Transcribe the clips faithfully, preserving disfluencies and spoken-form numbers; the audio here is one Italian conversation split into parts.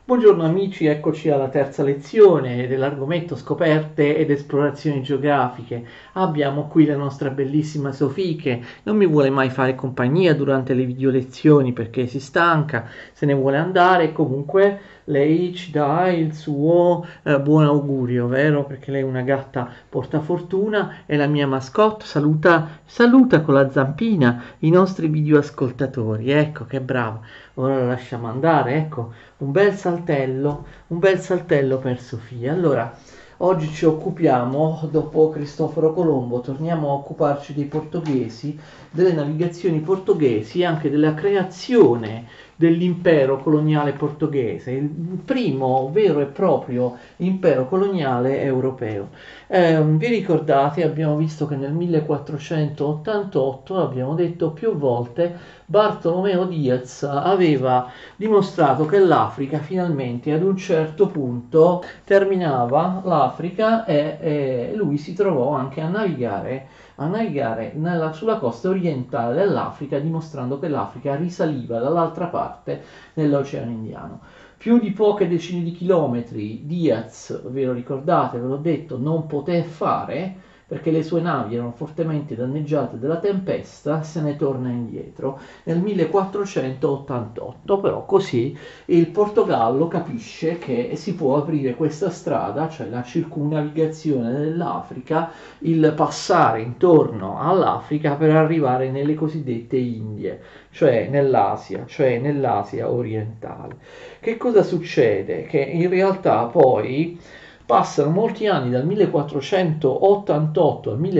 Buongiorno amici, eccoci alla terza lezione dell'argomento scoperte ed esplorazioni geografiche. Abbiamo qui la nostra bellissima Sofì che non mi vuole mai fare compagnia durante le video lezioni perché si stanca, se ne vuole andare. Comunque lei ci dà il suo eh, buon augurio, vero? Perché lei è una gatta portafortuna, è la mia mascotte. Saluta, saluta con la zampina i nostri videoascoltatori. Ecco che brava. Ora la lasciamo andare, ecco, un bel saltello, un bel saltello per Sofia. Allora, oggi ci occupiamo, dopo Cristoforo Colombo, torniamo a occuparci dei portoghesi, delle navigazioni portoghesi e anche della creazione dell'impero coloniale portoghese, il primo vero e proprio impero coloniale europeo. Eh, vi ricordate, abbiamo visto che nel millequattrocentottantotto, abbiamo detto più volte, Bartolomeo Diaz aveva dimostrato che l'Africa finalmente ad un certo punto terminava l'Africa e, e lui si trovò anche a navigare, a navigare nella, sulla costa orientale dell'Africa, dimostrando che l'Africa risaliva dall'altra parte nell'Oceano Indiano. Più di poche decine di chilometri Diaz, ve lo ricordate, ve l'ho detto, non poté fare perché le sue navi erano fortemente danneggiate dalla tempesta, se ne torna indietro nel millequattrocentottantotto. Però così il Portogallo capisce che si può aprire questa strada, cioè la circumnavigazione dell'Africa, il passare intorno all'Africa per arrivare nelle cosiddette Indie, cioè nell'Asia, cioè nell'Asia orientale. Che cosa succede? Che in realtà poi passano molti anni, dal millequattrocentottantotto al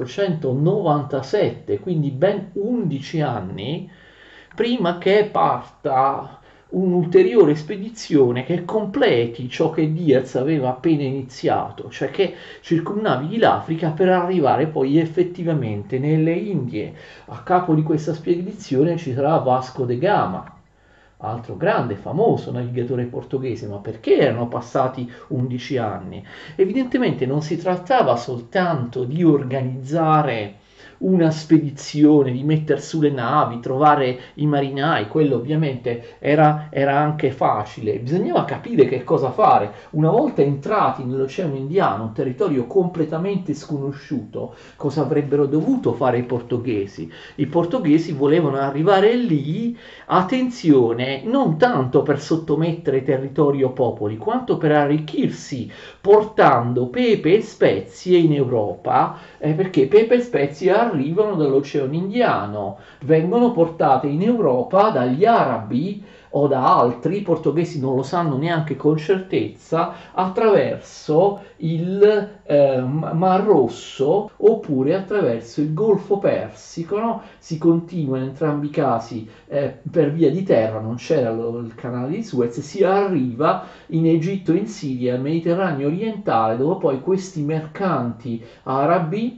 millequattrocentonovantasette, quindi ben undici anni, prima che parta un'ulteriore spedizione che completi ciò che Diaz aveva appena iniziato, cioè che circumnavighi l'Africa per arrivare poi effettivamente nelle Indie. A capo di questa spedizione ci sarà Vasco da Gama, altro grande, famoso navigatore portoghese. Ma perché erano passati undici anni? Evidentemente non si trattava soltanto di organizzare una spedizione, di mettere su le navi, trovare i marinai, quello ovviamente era, era anche facile, bisognava capire che cosa fare. Una volta entrati nell'Oceano Indiano, un territorio completamente sconosciuto, cosa avrebbero dovuto fare i portoghesi? I portoghesi volevano arrivare lì, attenzione, non tanto per sottomettere territorio o popoli, quanto per arricchirsi portando pepe e spezie in Europa, eh, perché pepe e spezie arrivano dall'Oceano Indiano, vengono portate in Europa dagli arabi o da altri, i portoghesi non lo sanno neanche con certezza, attraverso il eh, Mar Rosso oppure attraverso il Golfo Persico, no? Si continua in entrambi i casi eh, per via di terra, non c'era lo, il canale di Suez, si arriva in Egitto, in Siria, al Mediterraneo orientale, dove poi questi mercanti arabi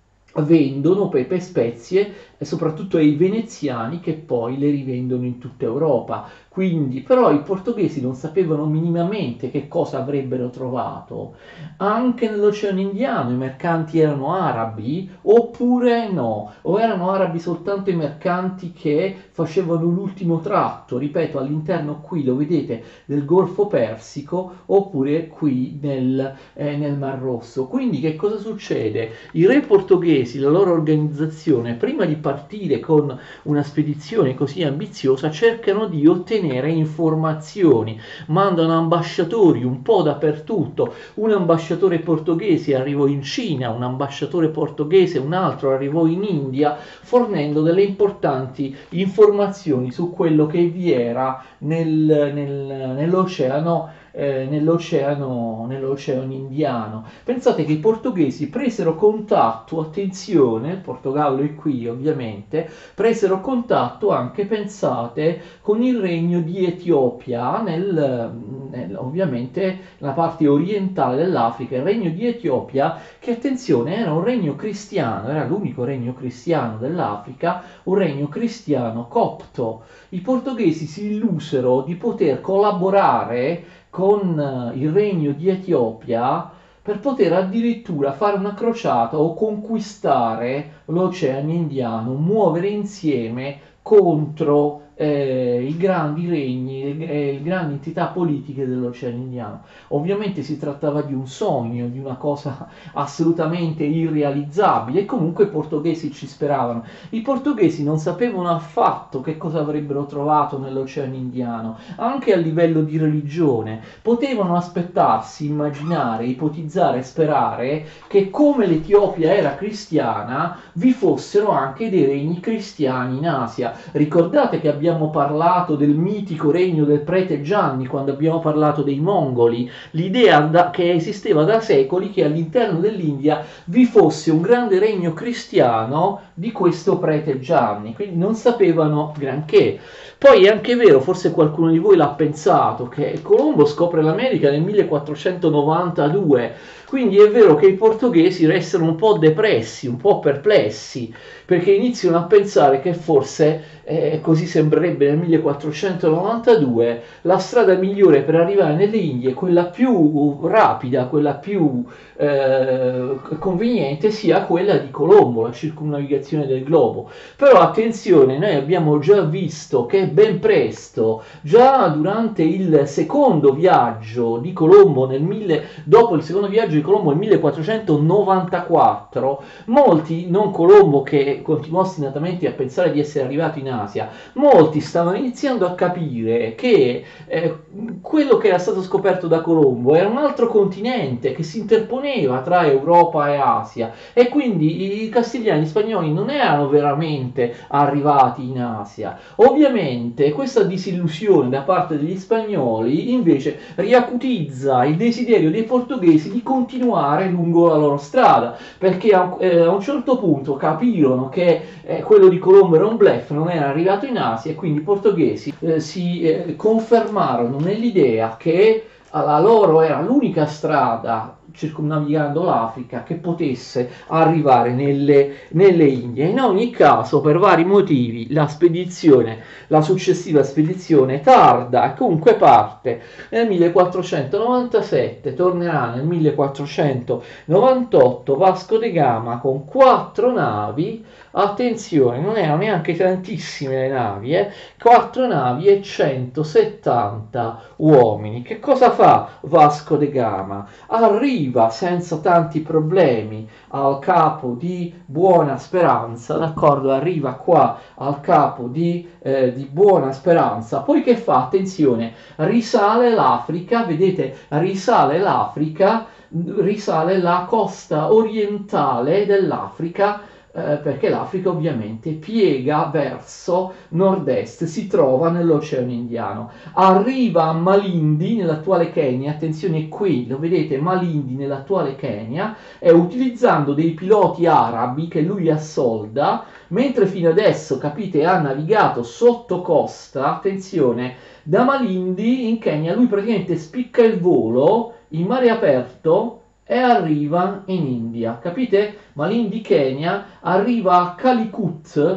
vendono pepe e spezie e soprattutto ai veneziani che poi le rivendono in tutta Europa. Quindi, però i portoghesi non sapevano minimamente che cosa avrebbero trovato. Anche nell'Oceano Indiano i mercanti erano arabi oppure no, o erano arabi soltanto i mercanti che facevano l'ultimo tratto, ripeto, all'interno qui lo vedete del Golfo Persico oppure qui nel, eh, nel Mar Rosso. Quindi che cosa succede? I re portoghesi, la loro organizzazione, prima di partire con una spedizione così ambiziosa, cercano di ottenere informazioni, mandano ambasciatori un po' dappertutto. Un ambasciatore portoghese arrivò in Cina, un ambasciatore portoghese, un altro arrivò in India, fornendo delle importanti informazioni su quello che vi era nel, nel, nell'oceano eh, nell'oceano, nell'oceano Indiano. Pensate che i portoghesi presero contatto, attenzione, il Portogallo è qui ovviamente, presero contatto anche, pensate, con il regno di Etiopia, nel, nel, ovviamente nella parte orientale dell'Africa, il regno di Etiopia, che attenzione era un regno cristiano, era l'unico regno cristiano dell'Africa, un regno cristiano copto. I portoghesi si illusero di poter collaborare con il regno di Etiopia per poter addirittura fare una crociata o conquistare l'Oceano Indiano, muovere insieme contro eh, i grandi regni e le grandi entità politiche dell'Oceano Indiano. Ovviamente si trattava di un sogno, di una cosa assolutamente irrealizzabile, e comunque i portoghesi ci speravano. I portoghesi non sapevano affatto che cosa avrebbero trovato nell'Oceano Indiano, anche a livello di religione. Potevano aspettarsi, immaginare, ipotizzare, sperare che, come l'Etiopia era cristiana, vi fossero anche dei regni cristiani in Asia. Ricordate che abbiamo parlato del mitico regno del prete Gianni quando abbiamo parlato dei mongoli, l'idea da, che esisteva da secoli che all'interno dell'India vi fosse un grande regno cristiano di questo prete Gianni, quindi non sapevano granché. Poi è anche vero, forse qualcuno di voi l'ha pensato, che Colombo scopre l'America nel millequattrocentonovantadue, quindi è vero che i portoghesi restano un po' depressi, un po' perplessi, perché iniziano a pensare che forse, eh, così sembrerebbe nel millequattrocentonovantadue, la strada migliore per arrivare nelle Indie, quella più rapida, quella più eh, conveniente, sia quella di Colombo, la circumnavigazione del globo. Però attenzione, noi abbiamo già visto che ben presto, già durante il secondo viaggio di Colombo, nel mille, dopo il secondo viaggio di Colombo nel millequattrocentonovantaquattro, molti, non Colombo che continuò ostinatamente a pensare di essere arrivato in Asia, molti stavano iniziando a capire che eh, quello che era stato scoperto da Colombo era un altro continente che si interponeva tra Europa e Asia, e quindi i castigliani spagnoli non erano veramente arrivati in Asia. Ovviamente questa disillusione da parte degli spagnoli invece riacutizza il desiderio dei portoghesi di continuare lungo la loro strada, perché a, eh, a un certo punto capirono che eh, quello di Colombo era un bluff, non era arrivato in Asia, e quindi i portoghesi eh, si eh, confermarono nell'idea che la loro era l'unica strada, circumnavigando l'Africa, che potesse arrivare nelle, nelle Indie. In ogni caso, per vari motivi, la spedizione, la successiva spedizione tarda, e comunque parte nel millequattrocentonovantasette, tornerà nel millequattrocentonovantotto Vasco da Gama con quattro navi. Attenzione, non erano neanche tantissime le navi, eh? quattro navi e centosettanta uomini. Che cosa fa Vasco da Gama? Arriva senza tanti problemi al capo di Buona Speranza, d'accordo? Arriva qua al capo di, eh, di Buona Speranza, poi che fa? Attenzione, risale l'Africa, vedete, risale l'Africa, risale la costa orientale dell'Africa, Eh, perché l'Africa ovviamente piega verso nord-est, si trova nell'Oceano Indiano, arriva a Malindi nell'attuale Kenya. Attenzione, qui lo vedete, Malindi nell'attuale Kenya, e utilizzando dei piloti arabi che lui assolda, mentre fino adesso, capite, ha navigato sotto costa, attenzione, da Malindi in Kenya lui praticamente spicca il volo in mare aperto e arriva in India, capite? Malindi Kenya, arriva a Calicut,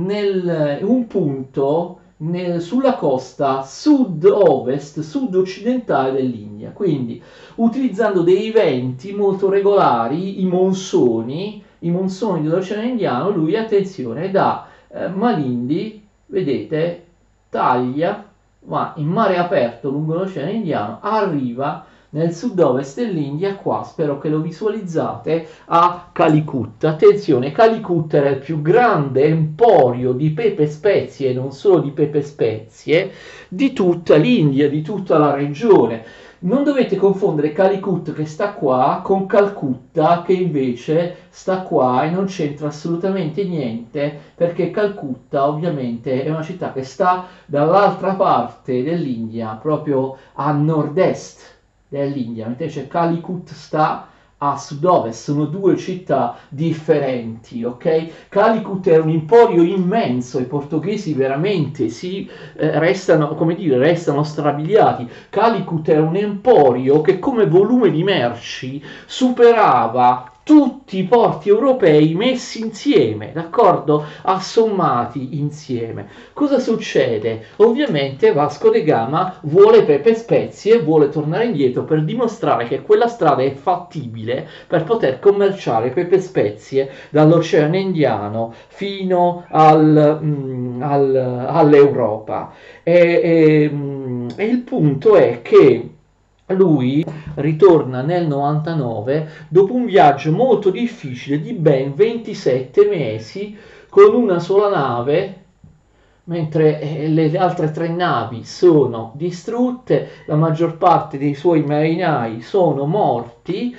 nel, un punto nel, sulla costa sud-ovest, sud-occidentale dell'India. Quindi utilizzando dei venti molto regolari, i monsoni, i monsoni dell'Oceano Indiano, lui, attenzione, da eh, Malindi, vedete, taglia, va in mare aperto lungo l'Oceano Indiano, arriva nel sud-ovest dell'India, qua spero che lo visualizzate, a Calicut. Attenzione, Calicut era il più grande emporio di pepe spezie, e non solo di pepe spezie, di tutta l'India, di tutta la regione. Non dovete confondere Calicut, che sta qua, con Calcutta, che invece sta qua e non c'entra assolutamente niente, perché Calcutta ovviamente è una città che sta dall'altra parte dell'India, proprio a nord-est dell'India, invece Calicut sta a sud-ovest, sono due città differenti, ok? Calicut era un emporio immenso, i portoghesi veramente si eh, restano, come dire, restano strabiliati. Calicut era un emporio che come volume di merci superava tutti i porti europei messi insieme, d'accordo? Assommati insieme. Cosa succede? Ovviamente Vasco da Gama vuole Pepe Spezie, vuole tornare indietro per dimostrare che quella strada è fattibile per poter commerciare Pepe Spezie dall'Oceano Indiano fino al, mm, al, all'Europa. E, e, mm, e il punto è che lui ritorna nel novantanove dopo un viaggio molto difficile di ben ventisette mesi con una sola nave, mentre eh, le altre tre navi sono distrutte, la maggior parte dei suoi marinai sono morti,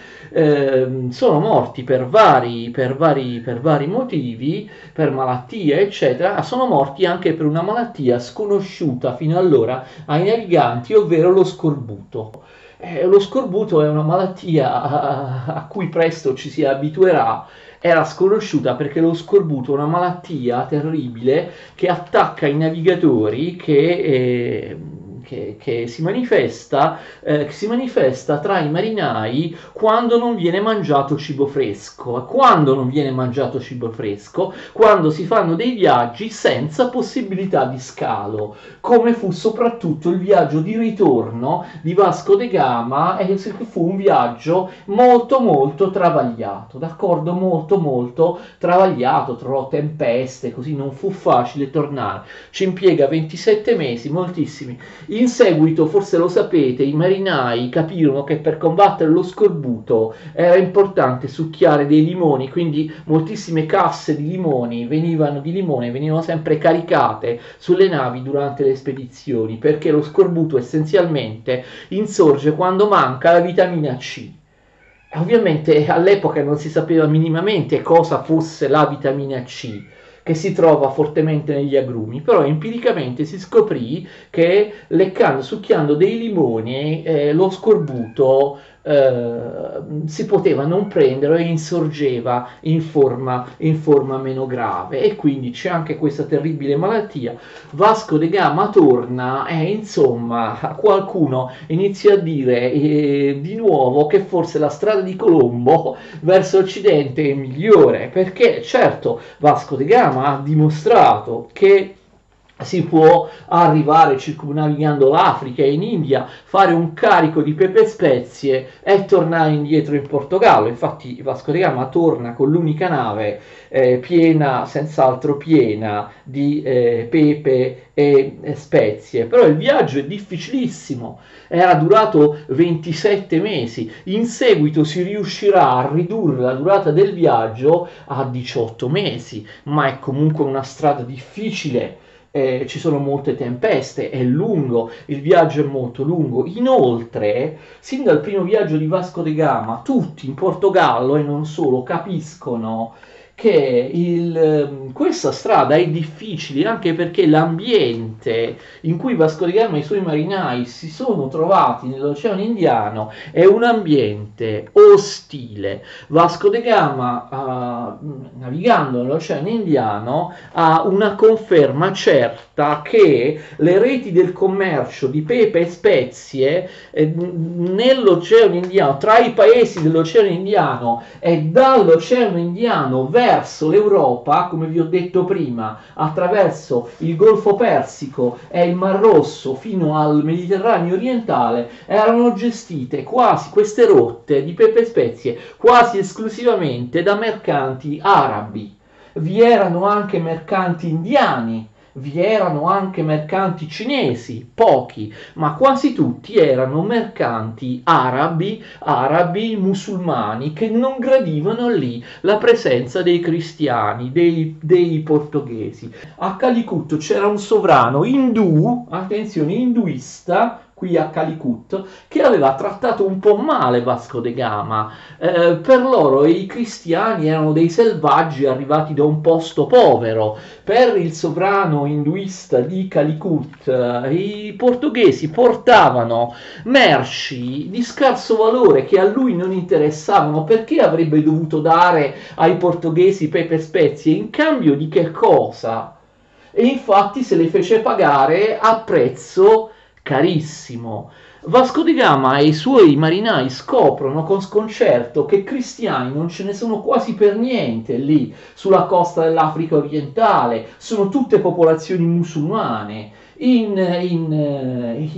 eh, sono morti per vari, per, vari, per vari motivi, per malattie eccetera, sono morti anche per una malattia sconosciuta fino allora ai naviganti, ovvero lo scorbuto. Eh, lo scorbuto è una malattia a, a cui presto ci si abituerà, era sconosciuta perché lo scorbuto è una malattia terribile che attacca i navigatori, che, eh, che, che, si manifesta, eh, che si manifesta tra i marinai quando non viene mangiato cibo fresco. Quando non viene mangiato cibo fresco? Quando si fanno dei viaggi senza possibilità di scalo, come fu soprattutto il viaggio di ritorno di Vasco da Gama, e fu un viaggio molto molto travagliato, d'accordo? Molto molto travagliato, trovò tempeste, così non fu facile tornare, ci impiega ventisette mesi, moltissimi. In seguito, forse lo sapete, i marinai capirono che per combattere lo scorbuto era importante succhiare dei limoni, quindi moltissime casse di limoni venivano di limone venivano sempre caricate sulle navi durante le spedizioni, perché lo scorbuto essenzialmente insorge quando manca la vitamina C. Ovviamente all'epoca non si sapeva minimamente cosa fosse la vitamina C, che si trova fortemente negli agrumi, però empiricamente si scoprì che leccando, succhiando dei limoni, eh, lo scorbuto eh, si poteva non prendere e insorgeva in forma, in forma meno grave, e quindi c'è anche questa terribile malattia. Vasco da Gama torna e insomma qualcuno inizia a dire eh, di nuovo che forse la strada di Colombo verso occidente è migliore, perché certo Vasco da Gama ha dimostrato che si può arrivare circumnavigando l'Africa e in India, fare un carico di pepe spezie e tornare indietro in Portogallo. Infatti Vasco da Gama torna con l'unica nave eh, piena, senz'altro piena di eh, pepe e eh, spezie, però il viaggio è difficilissimo, era durato ventisette mesi, in seguito si riuscirà a ridurre la durata del viaggio a diciotto mesi, ma è comunque una strada difficile. Eh, ci sono molte tempeste, è lungo, il viaggio è molto lungo. Inoltre, sin dal primo viaggio di Vasco da Gama, tutti in Portogallo e non solo capiscono che il, questa strada è difficile, anche perché l'ambiente in cui Vasco da Gama e i suoi marinai si sono trovati nell'Oceano Indiano è un ambiente ostile. Vasco da Gama, uh, navigando nell'Oceano Indiano, ha una conferma certa che le reti del commercio di pepe e spezie eh, nell'Oceano Indiano, tra i paesi dell'Oceano Indiano e dall'Oceano Indiano verso verso l'Europa, come vi ho detto prima, attraverso il Golfo Persico e il Mar Rosso fino al Mediterraneo orientale, erano gestite quasi queste rotte di pepe e spezie quasi esclusivamente da mercanti arabi. Vi erano anche mercanti indiani, vi erano anche mercanti cinesi, pochi, ma quasi tutti erano mercanti arabi, arabi musulmani, che non gradivano lì la presenza dei cristiani, dei, dei portoghesi. A Calicut c'era un sovrano indù, attenzione, induista, qui a Calicut, che aveva trattato un po' male Vasco da Gama. Eh, per loro i cristiani erano dei selvaggi arrivati da un posto povero. Per il sovrano induista di Calicut eh, i portoghesi portavano merci di scarso valore che a lui non interessavano. Perché avrebbe dovuto dare ai portoghesi pepe e spezie? In cambio di che cosa? E infatti se le fece pagare a prezzo carissimo. Vasco da Gama e i suoi marinai scoprono con sconcerto che cristiani non ce ne sono quasi per niente lì sulla costa dell'Africa orientale, sono tutte popolazioni musulmane. In, in, eh,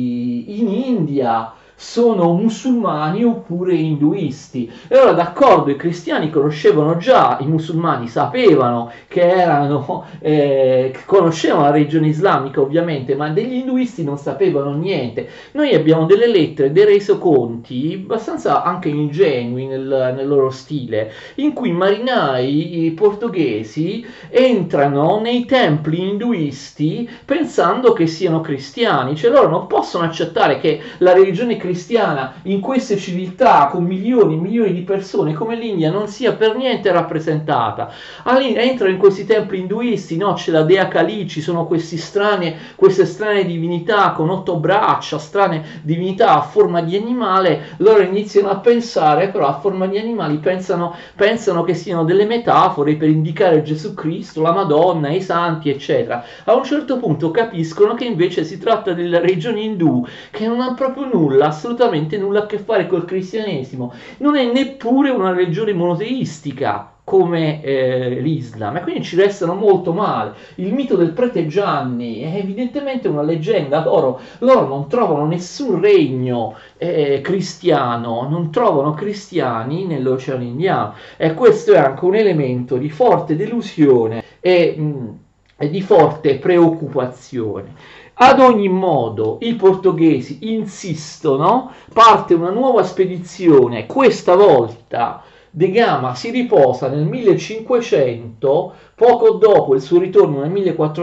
in India sono musulmani oppure induisti. E allora d'accordo, i cristiani conoscevano già, i musulmani sapevano che erano, eh, conoscevano la religione islamica ovviamente, ma degli induisti non sapevano niente. Noi abbiamo delle lettere, dei resoconti abbastanza anche ingenui nel, nel loro stile, in cui marinai portoghesi entrano nei templi induisti pensando che siano cristiani, cioè loro non possono accettare che la religione cristiana in queste civiltà con milioni e milioni di persone come l'India non sia per niente rappresentata. Allora, entrano in questi templi induisti, no? C'è la dea Kali, ci sono questi strane, queste strane divinità con otto braccia, strane divinità a forma di animale, loro iniziano a pensare, però a forma di animali pensano, pensano che siano delle metafore per indicare Gesù Cristo, la Madonna, i santi, eccetera. A un certo punto capiscono che invece si tratta della religione indù, che non ha proprio nulla, assolutamente nulla a che fare col cristianesimo, non è neppure una religione monoteistica come eh, l'Islam, e quindi ci restano molto male. Il mito del prete Gianni è evidentemente una leggenda, loro, loro non trovano nessun regno eh, cristiano, non trovano cristiani nell'Oceano Indiano, e questo è anche un elemento di forte delusione e, mh, e di forte preoccupazione. Ad ogni modo, i portoghesi insistono, parte una nuova spedizione, questa volta De Gama si riposa nel millecinquecento, poco dopo il suo ritorno nel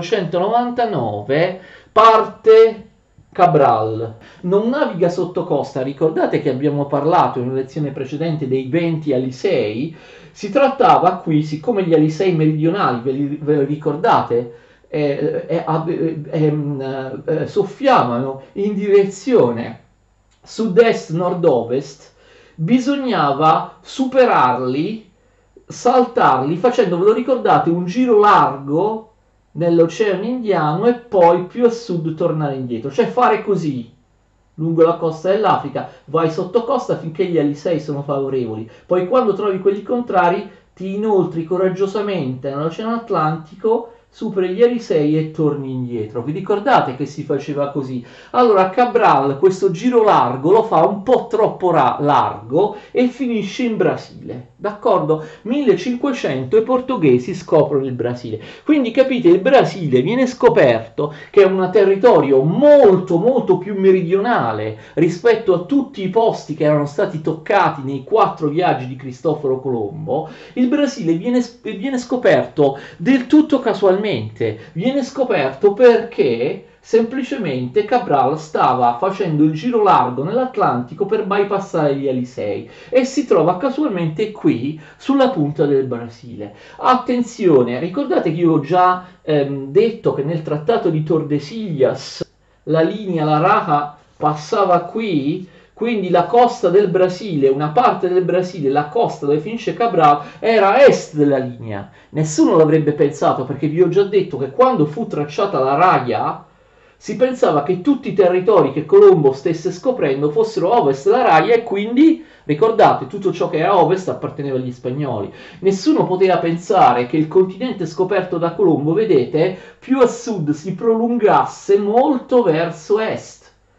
millequattrocentonovantanove, parte Cabral. Non naviga sotto costa, ricordate che abbiamo parlato in una lezione precedente dei venti Alisei, si trattava qui, siccome gli Alisei meridionali, ve li, ve li ricordate? Eh, eh, eh, eh, eh, soffiavano in direzione sud-est-nord-ovest, bisognava superarli, saltarli, facendo, ve lo ricordate, un giro largo nell'Oceano Indiano e poi più a sud tornare indietro, cioè fare così lungo la costa dell'Africa, vai sotto costa finché gli alisei sono favorevoli, poi quando trovi quelli contrari ti inoltri coraggiosamente nell'Oceano Atlantico, superi gli Alisei e torni indietro. Vi ricordate che si faceva così? Allora Cabral questo giro largo lo fa un po' troppo ra- largo e finisce in Brasile, d'accordo? millecinquecento i portoghesi scoprono il Brasile. Quindi capite, il Brasile viene scoperto che è un territorio molto molto più meridionale rispetto a tutti i posti che erano stati toccati nei quattro viaggi di Cristoforo Colombo. Il Brasile viene, viene scoperto del tutto casualmente, viene scoperto perché semplicemente Cabral stava facendo il giro largo nell'Atlantico per bypassare gli Alisei e si trova casualmente qui sulla punta del Brasile. Attenzione, ricordate che io ho già ehm, detto che nel trattato di Tordesillas la linea, la Raja passava qui, quindi la costa del Brasile, una parte del Brasile, la costa dove finisce Cabral, era a est della linea. Nessuno l'avrebbe pensato, perché vi ho già detto che quando fu tracciata la Raia si pensava che tutti i territori che Colombo stesse scoprendo fossero a ovest della Raia e quindi, ricordate, tutto ciò che era a ovest apparteneva agli spagnoli. Nessuno poteva pensare che il continente scoperto da Colombo, vedete, più a sud si prolungasse molto verso est.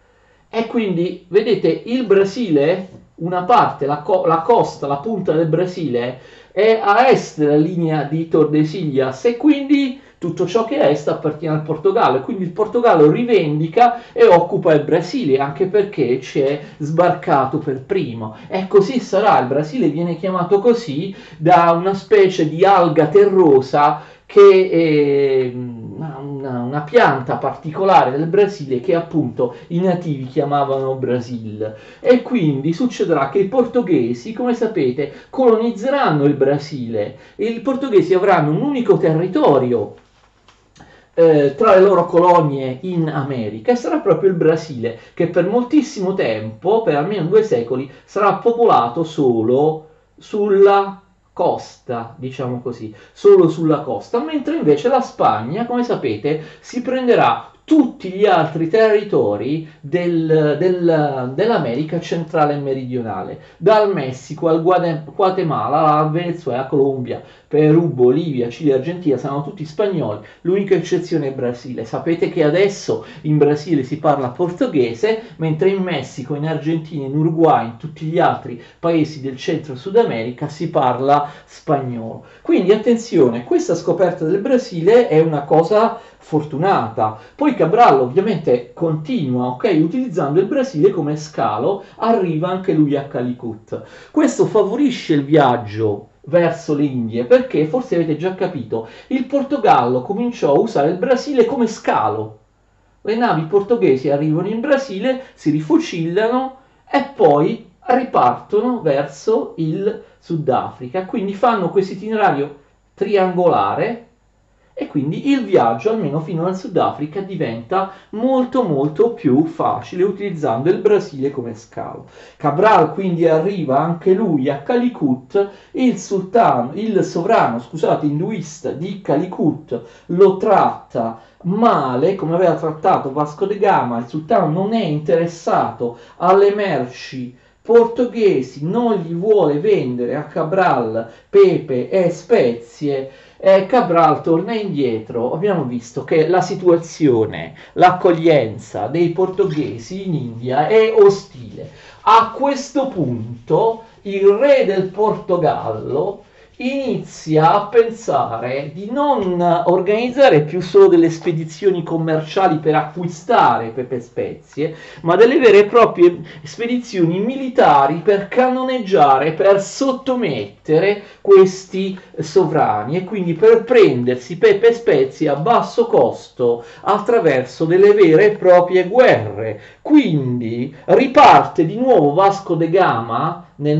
E quindi, vedete, il Brasile, una parte, la, co- la costa, la punta del Brasile, è a est della linea di Tordesillas e quindi tutto ciò che è a est appartiene al Portogallo. Quindi il Portogallo rivendica e occupa il Brasile, anche perché ci è sbarcato per primo. E così sarà, il Brasile viene chiamato così da una specie di alga terrosa che è una, una pianta particolare del Brasile che appunto i nativi chiamavano Brasil. E quindi succederà che i portoghesi, come sapete, colonizzeranno il Brasile e i portoghesi avranno un unico territorio eh, tra le loro colonie in America, e sarà proprio il Brasile che per moltissimo tempo, per almeno due secoli, sarà popolato solo sulla costa, diciamo così, solo sulla costa, mentre invece la Spagna, come sapete, si prenderà tutti gli altri territori del, del, dell'America centrale e meridionale, dal Messico al Guatemala, al Venezuela, Colombia, Perù, Bolivia, Cile, Argentina, sono tutti spagnoli, l'unica eccezione è Brasile. Sapete che adesso in Brasile si parla portoghese, mentre in Messico, in Argentina, in Uruguay, in tutti gli altri paesi del centro-Sud America si parla spagnolo. Quindi attenzione, questa scoperta del Brasile è una cosa fortunata. Poi Cabral ovviamente continua, ok, utilizzando il Brasile come scalo, arriva anche lui a Calicut. Questo favorisce il viaggio verso le Indie, perché forse avete già capito, il Portogallo cominciò a usare il Brasile come scalo. Le navi portoghesi arrivano in Brasile, si rifucillano e poi ripartono verso il Sudafrica, quindi fanno questo itinerario triangolare e quindi il viaggio, almeno fino al Sudafrica, diventa molto molto più facile utilizzando il Brasile come scalo. Cabral quindi arriva anche lui a Calicut, il sultano, il sovrano, scusate, induista di Calicut lo tratta male, come aveva trattato Vasco da Gama. Il sultano non è interessato alle merci portoghesi, non gli vuole vendere a Cabral pepe e spezie. Eh, Cabral torna indietro. Abbiamo visto che la situazione, l'accoglienza dei portoghesi in India è ostile. A questo punto il re del Portogallo inizia a pensare di non organizzare più solo delle spedizioni commerciali per acquistare pepe e spezie, ma delle vere e proprie spedizioni militari per cannoneggiare, per sottomettere questi sovrani e quindi per prendersi pepe e spezie a basso costo attraverso delle vere e proprie guerre. Quindi riparte di nuovo Vasco da Gama nel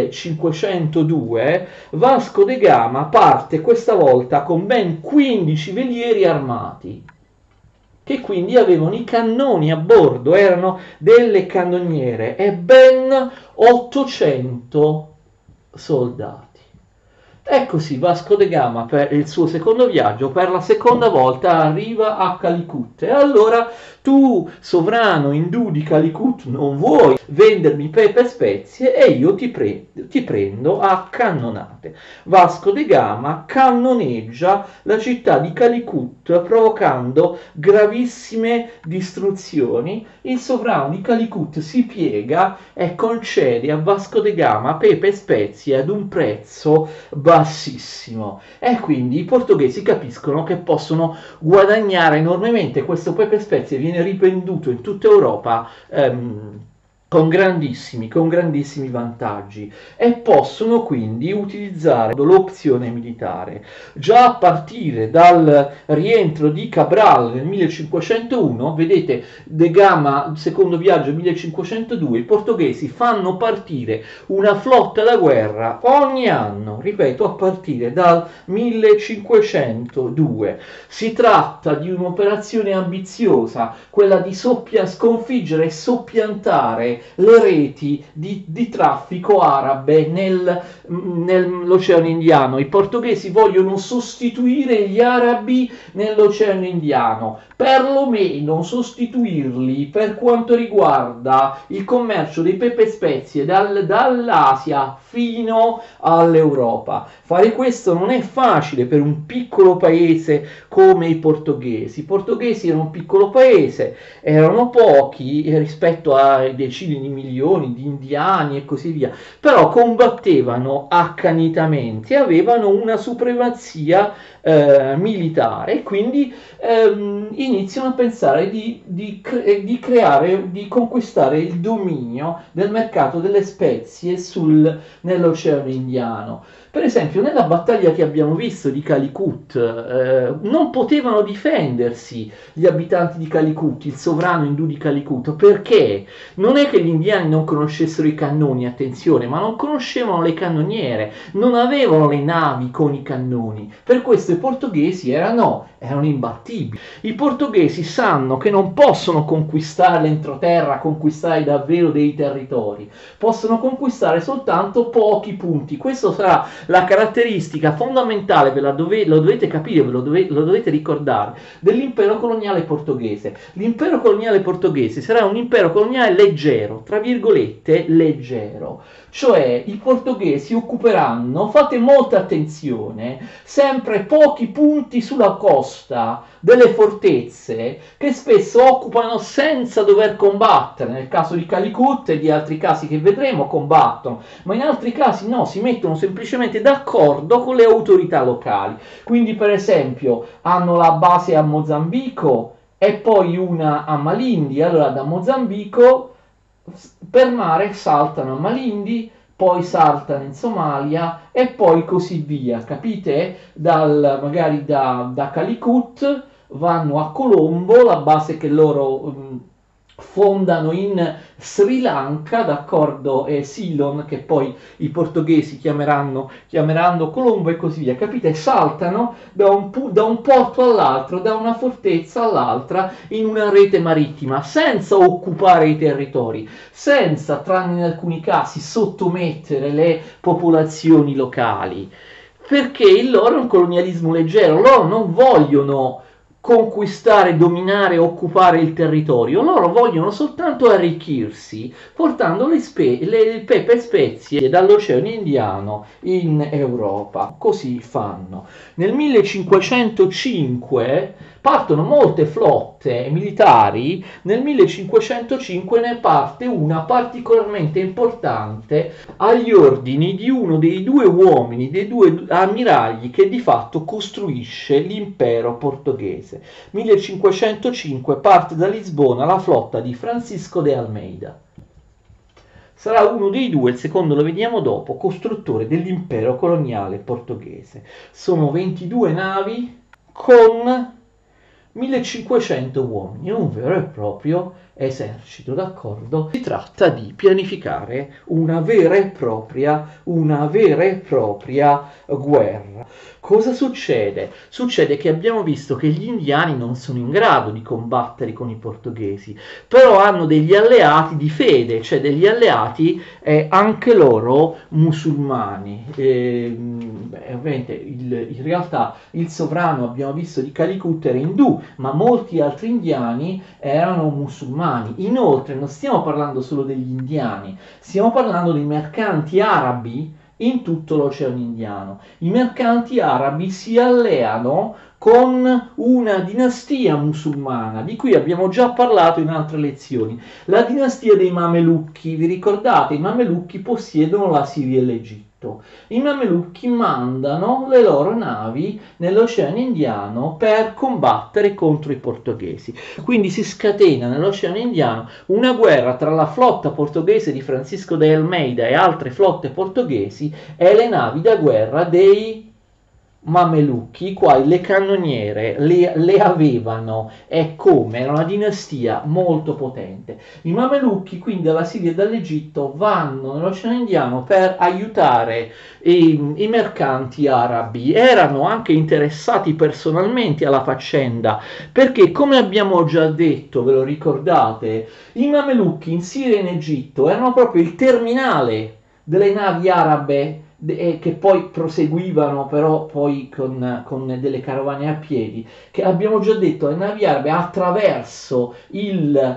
millecinquecentodue. Vasco da Gama parte questa volta con ben quindici velieri armati, che quindi avevano i cannoni a bordo, erano delle cannoniere, e ben ottocento soldati. E così Vasco da Gama, per il suo secondo viaggio, per la seconda volta arriva a Calicut. E allora tu, sovrano indù di Calicut, non vuoi vendermi pepe e spezie e io ti, pre- ti prendo a cannonate. Vasco da Gama cannoneggia la città di Calicut provocando gravissime distruzioni. Il sovrano di Calicut si piega e concede a Vasco da Gama pepe e spezie ad un prezzo bassissimo, e quindi i portoghesi capiscono che possono guadagnare enormemente. Questo pepe e spezie viene rivenduto in tutta Europa ehm, con grandissimi, con grandissimi vantaggi, e possono quindi utilizzare l'opzione militare. Già a partire dal rientro di Cabral nel millecinquecentouno, vedete, Da Gama, secondo viaggio millecinquecentodue, i portoghesi fanno partire una flotta da guerra ogni anno, ripeto, a partire dal millecinquecentodue. Si tratta di un'operazione ambiziosa, quella di soppia, sconfiggere e soppiantare le reti di, di traffico arabe nel, nell'Oceano Indiano. I portoghesi vogliono sostituire gli arabi nell'Oceano Indiano, perlomeno sostituirli per quanto riguarda il commercio dei pepe e spezie dal, dall'Asia fino all'Europa. Fare questo non è facile per un piccolo paese come i portoghesi. I portoghesi erano un piccolo paese, erano pochi rispetto ai decine di milioni di indiani e così via, però combattevano accanitamente, avevano una supremazia eh, militare, e quindi ehm, iniziano a pensare di, di, cre- di creare, di conquistare il dominio del mercato delle spezie sul, nell'Oceano Indiano. Per esempio, nella battaglia che abbiamo visto di Calicut, eh, non potevano difendersi gli abitanti di Calicut, il sovrano indù di Calicut, perché non è che che gli indiani non conoscessero i cannoni, attenzione, ma non conoscevano le cannoniere, non avevano le navi con i cannoni. Per questo i portoghesi erano, erano imbattibili. I portoghesi sanno che non possono conquistare l'entroterra, conquistare davvero dei territori, possono conquistare soltanto pochi punti. Questa sarà la caratteristica fondamentale, ve la dove, lo dovete capire, ve lo, dove, lo dovete ricordare, dell'impero coloniale portoghese. L'impero coloniale portoghese sarà un impero coloniale leggero, tra virgolette leggero, cioè i portoghesi occuperanno, fate molta attenzione, sempre pochi punti sulla costa, delle fortezze che spesso occupano senza dover combattere. Nel caso di Calicut e di altri casi che vedremo combattono, ma in altri casi no, si mettono semplicemente d'accordo con le autorità locali. Quindi per esempio hanno la base a Mozambico e poi una a Malindi, allora da Mozambico per mare saltano a Malindi, poi saltano in Somalia e poi così via, capite? Dal, magari da, da Calicut vanno a Colombo, la base che loro um, fondano in Sri Lanka, d'accordo, e Ceylon, che poi i portoghesi chiameranno, chiameranno Colombo e così via, capite? Saltano da un, da un porto all'altro, da una fortezza all'altra in una rete marittima, senza occupare i territori, senza, tranne in alcuni casi, sottomettere le popolazioni locali, perché il loro è un colonialismo leggero, loro non vogliono conquistare, dominare, occupare il territorio, loro vogliono soltanto arricchirsi portando le, spe- le pepe spezie dall'Oceano Indiano in Europa. Così fanno. Nel millecinquecentocinque partono molte flotte militari, nel millecinquecentocinque ne parte una particolarmente importante agli ordini di uno dei due uomini, dei due ammiragli che di fatto costruisce l'impero portoghese. millecinquecentocinque parte da Lisbona la flotta di Francisco de Almeida. Sarà uno dei due, il secondo lo vediamo dopo, costruttore dell'impero coloniale portoghese. Sono ventidue navi con millecinquecento uomini, è un vero e proprio esercito, d'accordo? Si tratta di pianificare una vera e propria, una vera e propria guerra. Cosa succede? Succede che abbiamo visto che gli indiani non sono in grado di combattere con i portoghesi, però hanno degli alleati di fede, cioè degli alleati eh, anche loro musulmani. Eh, beh, ovviamente il, in realtà il sovrano, abbiamo visto, di Calicut era indù, ma molti altri indiani erano musulmani. Inoltre non stiamo parlando solo degli indiani, stiamo parlando dei mercanti arabi in tutto l'Oceano Indiano. I mercanti arabi si alleano con una dinastia musulmana di cui abbiamo già parlato in altre lezioni, la dinastia dei Mamelucchi. Vi ricordate? I Mamelucchi possiedono la Siria e l'Egitto. I Mamelucchi mandano le loro navi nell'Oceano Indiano per combattere contro i portoghesi. Quindi si scatena nell'Oceano Indiano una guerra tra la flotta portoghese di Francisco de Almeida e altre flotte portoghesi e le navi da guerra dei Mamelucchi, i quali le cannoniere le, le avevano, e come era una dinastia molto potente. I Mamelucchi quindi dalla Siria e dall'Egitto vanno nell'Oceano Indiano per aiutare i, i mercanti arabi. Erano anche interessati personalmente alla faccenda, perché come abbiamo già detto, ve lo ricordate, i Mamelucchi in Siria e in Egitto erano proprio il terminale delle navi arabe che poi proseguivano però poi con, con delle carovane a piedi, che abbiamo già detto, le navi arabe attraverso il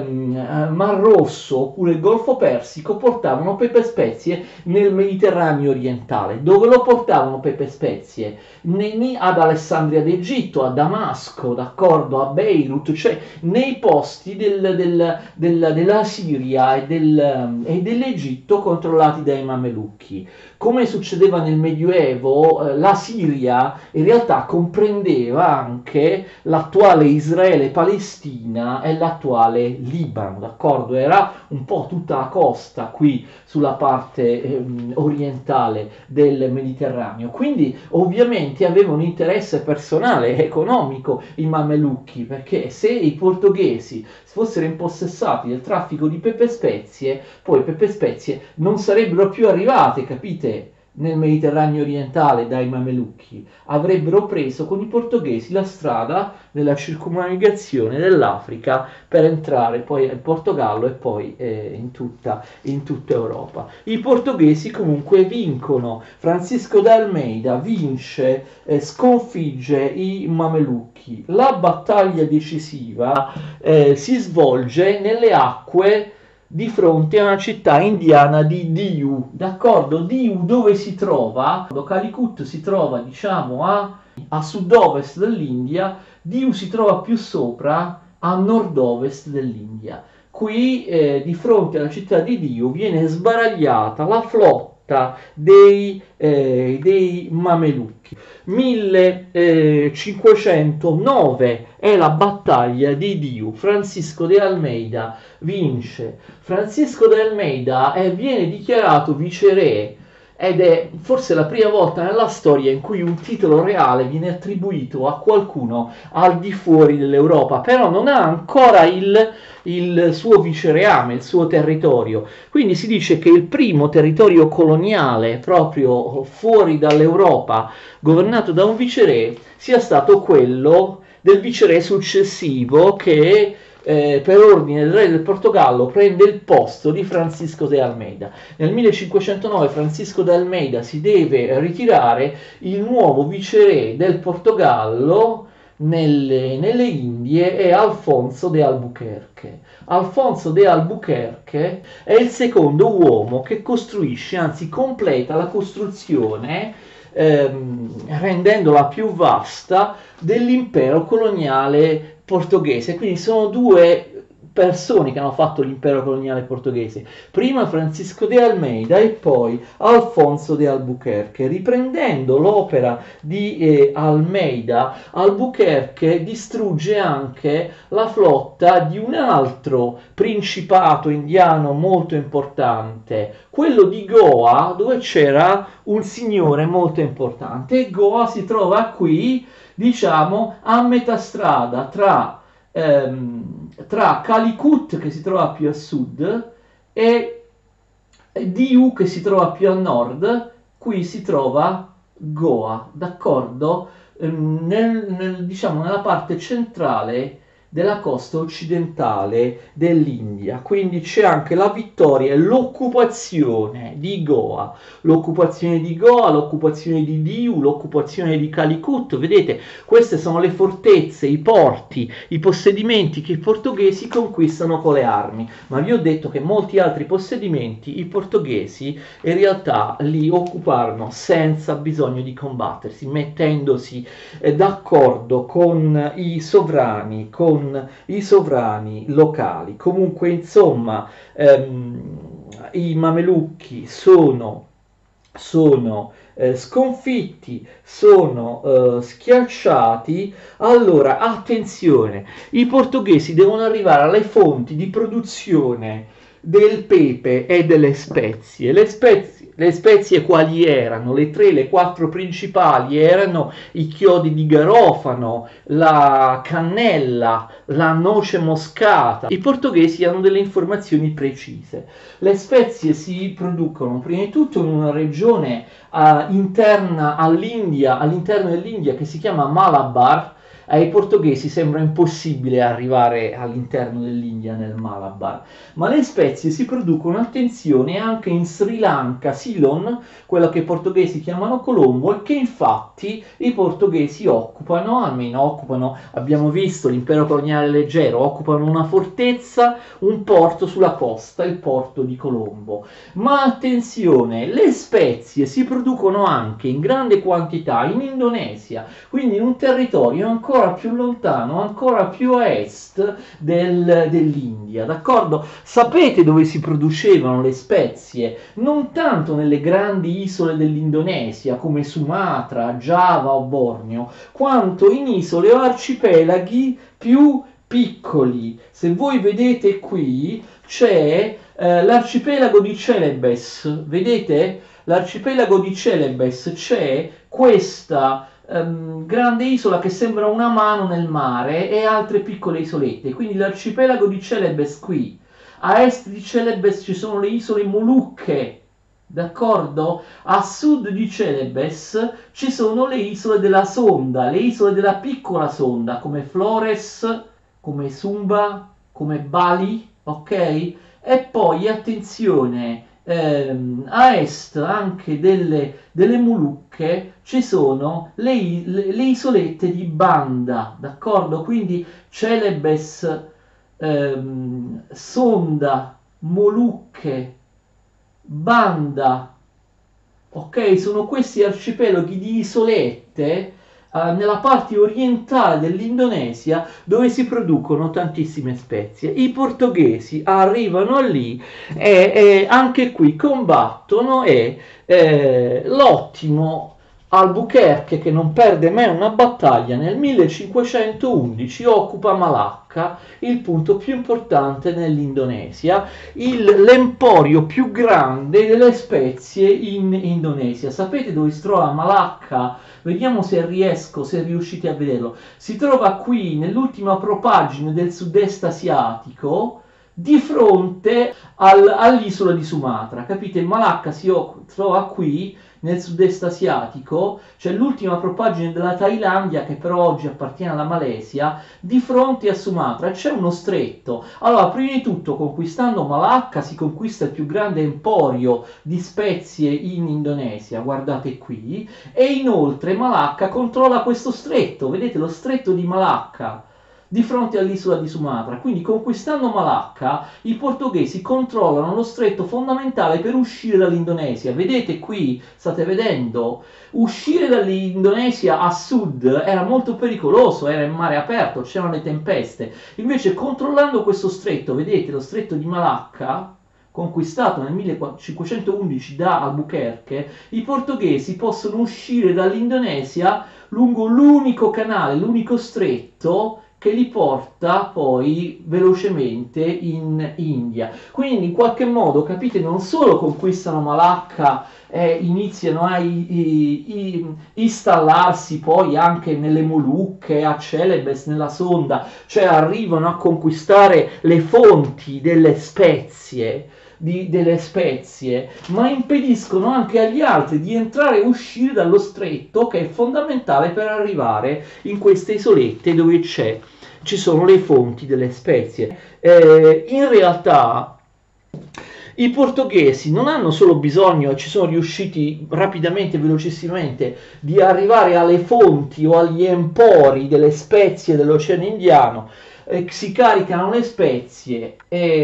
ehm, Mar Rosso oppure il Golfo Persico portavano pepe spezie nel Mediterraneo orientale. Dove lo portavano pepe spezie? Ne, ad Alessandria d'Egitto, a Damasco, d'accordo, a Beirut, cioè nei posti del, del, del, della Siria e, del, e dell'Egitto controllati dai Mamelucchi. come succedeva nel Medioevo, la Siria in realtà comprendeva anche l'attuale Israele-Palestina e l'attuale Libano, d'accordo? Era un po' tutta la costa qui sulla parte ehm, orientale del Mediterraneo, quindi ovviamente aveva un interesse personale, economico, i Mamelucchi, perché se i portoghesi fossero impossessati del traffico di pepe spezie, poi pepe spezie non sarebbero più arrivate, capite, nel Mediterraneo orientale dai Mamelucchi, avrebbero preso con i portoghesi la strada della circumnavigazione dell'Africa per entrare poi al Portogallo e poi eh, in, tutta, in tutta Europa. I portoghesi comunque vincono, Francisco de Almeida vince, eh, sconfigge i Mamelucchi. La battaglia decisiva eh, si svolge nelle acque di fronte a una città indiana di Diu, d'accordo? Diu dove si trova? Calicut si trova, diciamo, a, a sud-ovest dell'India, Diu si trova più sopra, a nord-ovest dell'India. Qui, eh, di fronte alla città di Diu, viene sbaragliata la flotta dei, eh, dei Mamelucchi. millecinquecentonove è la battaglia di Diu, Francisco de Almeida vince. Francisco de Almeida eh, viene dichiarato viceré ed è forse la prima volta nella storia in cui un titolo reale viene attribuito a qualcuno al di fuori dell'Europa, però non ha ancora il, il suo vicereame, il suo territorio. Quindi si dice che il primo territorio coloniale proprio fuori dall'Europa, governato da un viceré, sia stato quello del viceré successivo che Eh, per ordine del re del Portogallo prende il posto di Francisco de Almeida. Nel millecinquecentonove Francisco de Almeida si deve ritirare, il nuovo viceré del Portogallo nelle, nelle Indie è Alfonso de Albuquerque. Alfonso de Albuquerque è il secondo uomo che costruisce, anzi completa la costruzione, ehm, rendendola più vasta, dell'impero coloniale portoghese. Quindi sono due persone che hanno fatto l'impero coloniale portoghese, prima Francisco de Almeida e poi Alfonso de Albuquerque. Riprendendo l'opera di eh, Almeida, Albuquerque distrugge anche la flotta di un altro principato indiano molto importante, quello di Goa, dove c'era un signore molto importante, e Goa si trova qui, diciamo, a metà strada tra, ehm, tra Calicut, che si trova più a sud, e Diu, che si trova più a nord. Qui si trova Goa, d'accordo? Ehm, nel, nel, diciamo, nella parte centrale della costa occidentale dell'India. Quindi c'è anche la vittoria e l'occupazione di Goa, l'occupazione di Goa, l'occupazione di Diu, l'occupazione di Calicut. Vedete, queste sono le fortezze, i porti, i possedimenti che i portoghesi conquistano con le armi, ma vi ho detto che molti altri possedimenti i portoghesi in realtà li occuparono senza bisogno di combattersi, mettendosi eh, d'accordo con i sovrani, con i sovrani locali. Comunque, insomma, ehm, i Mamelucchi sono, sono eh, sconfitti, sono eh, schiacciati. Allora, attenzione, i portoghesi devono arrivare alle fonti di produzione del pepe e delle spezie. Le spezie Le spezie quali erano? Le tre, le quattro principali erano i chiodi di garofano, la cannella, la noce moscata. I portoghesi hanno delle informazioni precise. Le spezie si producono prima di tutto in una regione uh, interna all'India, all'interno dell'India, che si chiama Malabar. Ai portoghesi sembra impossibile arrivare all'interno dell'India, nel Malabar, ma le spezie si producono, attenzione, anche in Sri Lanka, Ceylon, quello che i portoghesi chiamano Colombo, e che infatti i portoghesi occupano, almeno occupano, abbiamo visto l'impero coloniale leggero, occupano una fortezza, un porto sulla costa, il porto di Colombo. Ma attenzione, le spezie si producono anche in grande quantità in Indonesia, quindi in un territorio ancora ancora più lontano, ancora più a est del, dell'India, d'accordo? Sapete dove si producevano le spezie? Non tanto nelle grandi isole dell'Indonesia come Sumatra, Giava o Borneo, quanto in isole o arcipelaghi più piccoli. Se voi vedete qui c'è eh, l'arcipelago di Celebes, vedete? L'arcipelago di Celebes, c'è questa ehm, grande isola che sembra una mano nel mare e altre piccole isolette, quindi l'arcipelago di Celebes qui. A est di Celebes ci sono le isole Molucche, d'accordo? A sud di Celebes ci sono le isole della Sonda, le isole della piccola Sonda, come Flores, come Sumba, come Bali, ok? E poi, attenzione, ehm, a est anche delle, delle Molucche ci sono le, le, le isolette di Banda, d'accordo? Quindi Celebes, ehm, Sonda, Molucche, Banda, ok? Sono questi arcipelaghi di isolette eh, nella parte orientale dell'Indonesia dove si producono tantissime spezie. I portoghesi arrivano lì e, e anche qui combattono e eh, l'ottimo Albuquerque, che non perde mai una battaglia, nel millecinquecentoundici occupa Malacca, il punto più importante nell'Indonesia, il, l'emporio più grande delle spezie in Indonesia. Sapete dove si trova Malacca? Vediamo se riesco, se riuscite a vederlo. Si trova qui nell'ultima propagine del sud-est asiatico, di fronte al, all'isola di Sumatra. Capite? Malacca si trova qui nel sud-est asiatico, c'è l'ultima propagine della Thailandia, che però oggi appartiene alla Malesia, di fronte a Sumatra. C'è uno stretto. Allora, prima di tutto, conquistando Malacca si conquista il più grande emporio di spezie in Indonesia, guardate qui, e inoltre Malacca controlla questo stretto, vedete lo stretto di Malacca, di fronte all'isola di Sumatra. Quindi, conquistando Malacca, i portoghesi controllano lo stretto fondamentale per uscire dall'Indonesia. Vedete qui, state vedendo, uscire dall'Indonesia a sud era molto pericoloso, era in mare aperto, c'erano le tempeste. Invece, controllando questo stretto, vedete lo stretto di Malacca, conquistato nel millecinquecentoundici da Albuquerque, i portoghesi possono uscire dall'Indonesia lungo l'unico canale, l'unico stretto che li porta poi velocemente in India. Quindi in qualche modo, capite, non solo conquistano Malacca e iniziano a i, i, i, installarsi poi anche nelle Molucche, a Celebes, nella Sonda, cioè arrivano a conquistare le fonti delle spezie, Di, delle spezie, ma impediscono anche agli altri di entrare e uscire dallo stretto, che è fondamentale per arrivare in queste isolette dove c'è, ci sono le fonti delle spezie. Eh, in realtà i portoghesi non hanno solo bisogno, e ci sono riusciti rapidamente, velocissimamente, di arrivare alle fonti o agli empori delle spezie dell'Oceano Indiano, eh, si caricano le spezie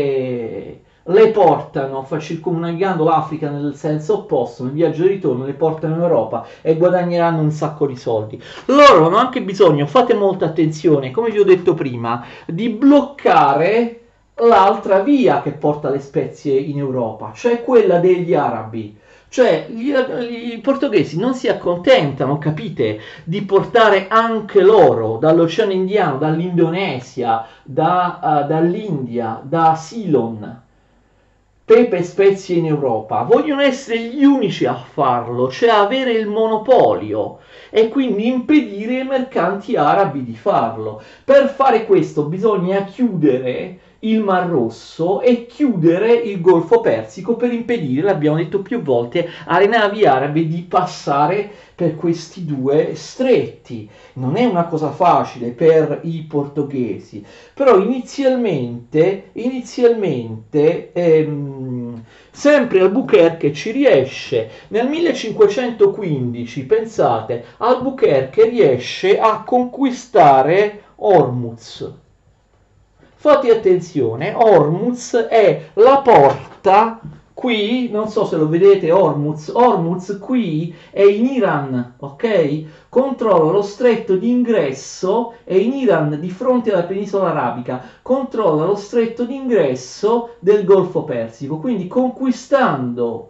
e le portano, circumnavigando l'Africa nel senso opposto, nel viaggio di ritorno le portano in Europa e guadagneranno un sacco di soldi. Loro hanno anche bisogno, fate molta attenzione, come vi ho detto prima, di bloccare l'altra via che porta le spezie in Europa, cioè quella degli arabi. Cioè gli, i portoghesi non si accontentano, capite, di portare anche loro dall'Oceano Indiano, dall'Indonesia, da, uh, dall'India, da Ceylon, pepe e spezie in Europa. Vogliono essere gli unici a farlo, cioè avere il monopolio e quindi impedire ai mercanti arabi di farlo. Per fare questo bisogna chiudere il Mar Rosso e chiudere il Golfo Persico per impedire, l'abbiamo detto più volte, alle navi arabe di passare per questi due stretti. Non è una cosa facile per i portoghesi, però inizialmente, inizialmente ehm, sempre Albuquerque ci riesce. Nel millecinquecentoquindici, pensate, Albuquerque riesce a conquistare Hormuz. Fate attenzione, Hormuz è la porta qui, non so se lo vedete, Hormuz, Hormuz qui è in Iran, ok? Controlla lo stretto di ingresso, è in Iran di fronte alla penisola arabica, controlla lo stretto di ingresso del Golfo Persico, quindi conquistando,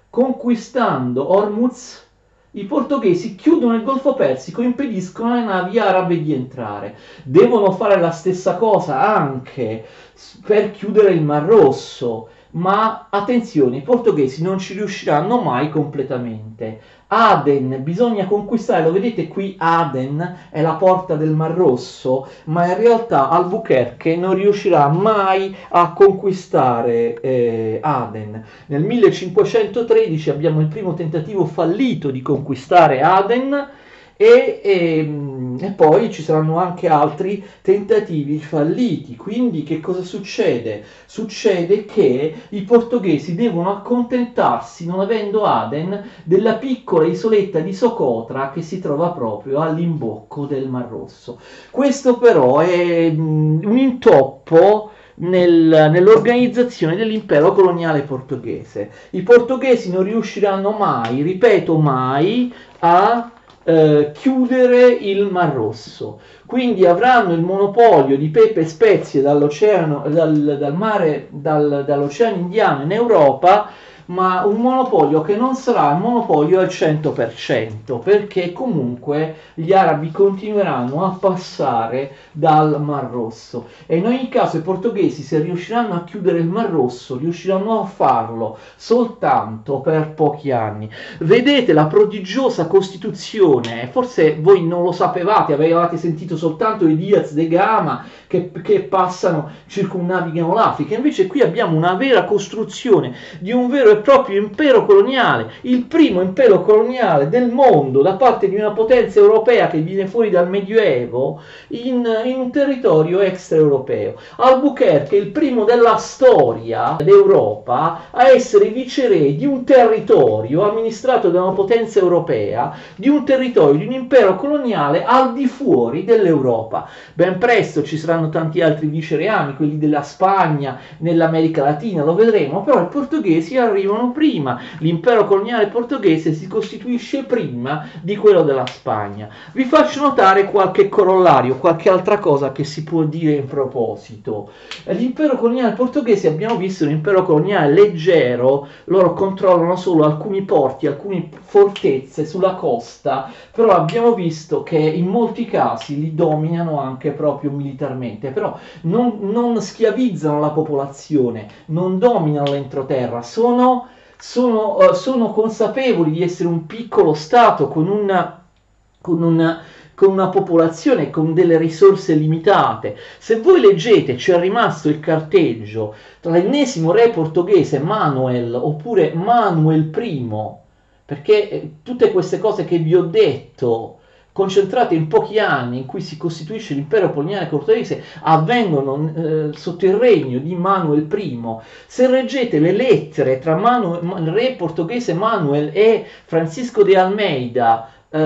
conquistando Hormuz, i portoghesi chiudono il Golfo Persico e impediscono alle navi arabe di entrare. Devono fare la stessa cosa anche per chiudere il Mar Rosso, ma attenzione, i portoghesi non ci riusciranno mai completamente. Aden bisogna conquistare, lo vedete qui, Aden è la porta del Mar Rosso, ma in realtà Albuquerque non riuscirà mai a conquistare eh, Aden. Nel millecinquecentotredici abbiamo il primo tentativo fallito di conquistare Aden e, e, e poi ci saranno anche altri tentativi falliti. Quindi che cosa succede? Succede che i portoghesi devono accontentarsi, non avendo Aden, della piccola isoletta di Socotra che si trova proprio all'imbocco del Mar Rosso. Questo però è mm, un intoppo nel, nell'organizzazione dell'impero coloniale portoghese. I portoghesi non riusciranno mai, ripeto mai, a eh, chiudere il Mar Rosso, quindi avranno il monopolio di pepe e spezie dall'oceano, dal, dal mare, dal, dall'oceano Indiano in Europa, ma un monopolio che non sarà un monopolio al cento per cento, perché comunque gli arabi continueranno a passare dal Mar Rosso e in ogni caso i portoghesi, se riusciranno a chiudere il Mar Rosso, riusciranno a farlo soltanto per pochi anni. Vedete la prodigiosa costituzione, forse voi non lo sapevate, avevate sentito soltanto i Diaz de Gama che, che passano, circumnavigano l'Africa, invece qui abbiamo una vera costruzione di un vero e proprio impero coloniale, il primo impero coloniale del mondo da parte di una potenza europea che viene fuori dal Medioevo in, in un territorio extraeuropeo. Albuquerque è il primo della storia d'Europa a essere viceré di un territorio amministrato da una potenza europea, di un territorio, di un impero coloniale al di fuori dell'Europa. Ben presto ci saranno tanti altri vicereami, quelli della Spagna, nell'America Latina, lo vedremo, però i portoghesi arrivano prima, l'impero coloniale portoghese si costituisce prima di quello della Spagna. Vi faccio notare qualche corollario, qualche altra cosa che si può dire in proposito. L'impero coloniale portoghese, abbiamo visto, è un impero coloniale leggero, loro controllano solo alcuni porti, alcune fortezze sulla costa, però abbiamo visto che in molti casi li dominano anche proprio militarmente, però non, non schiavizzano la popolazione, non dominano l'entroterra, sono, sono, uh, sono consapevoli di essere un piccolo stato con una, con una con una popolazione con delle risorse limitate. Se voi leggete, c'è rimasto il carteggio tra l'ennesimo re portoghese Manuel oppure Manuel primo, perché eh, tutte queste cose che vi ho detto concentrate in pochi anni in cui si costituisce l'impero coloniale portoghese avvengono eh, sotto il regno di Manuel primo. Se leggete le lettere tra Manuel, il re portoghese Manuel e Francisco de Almeida,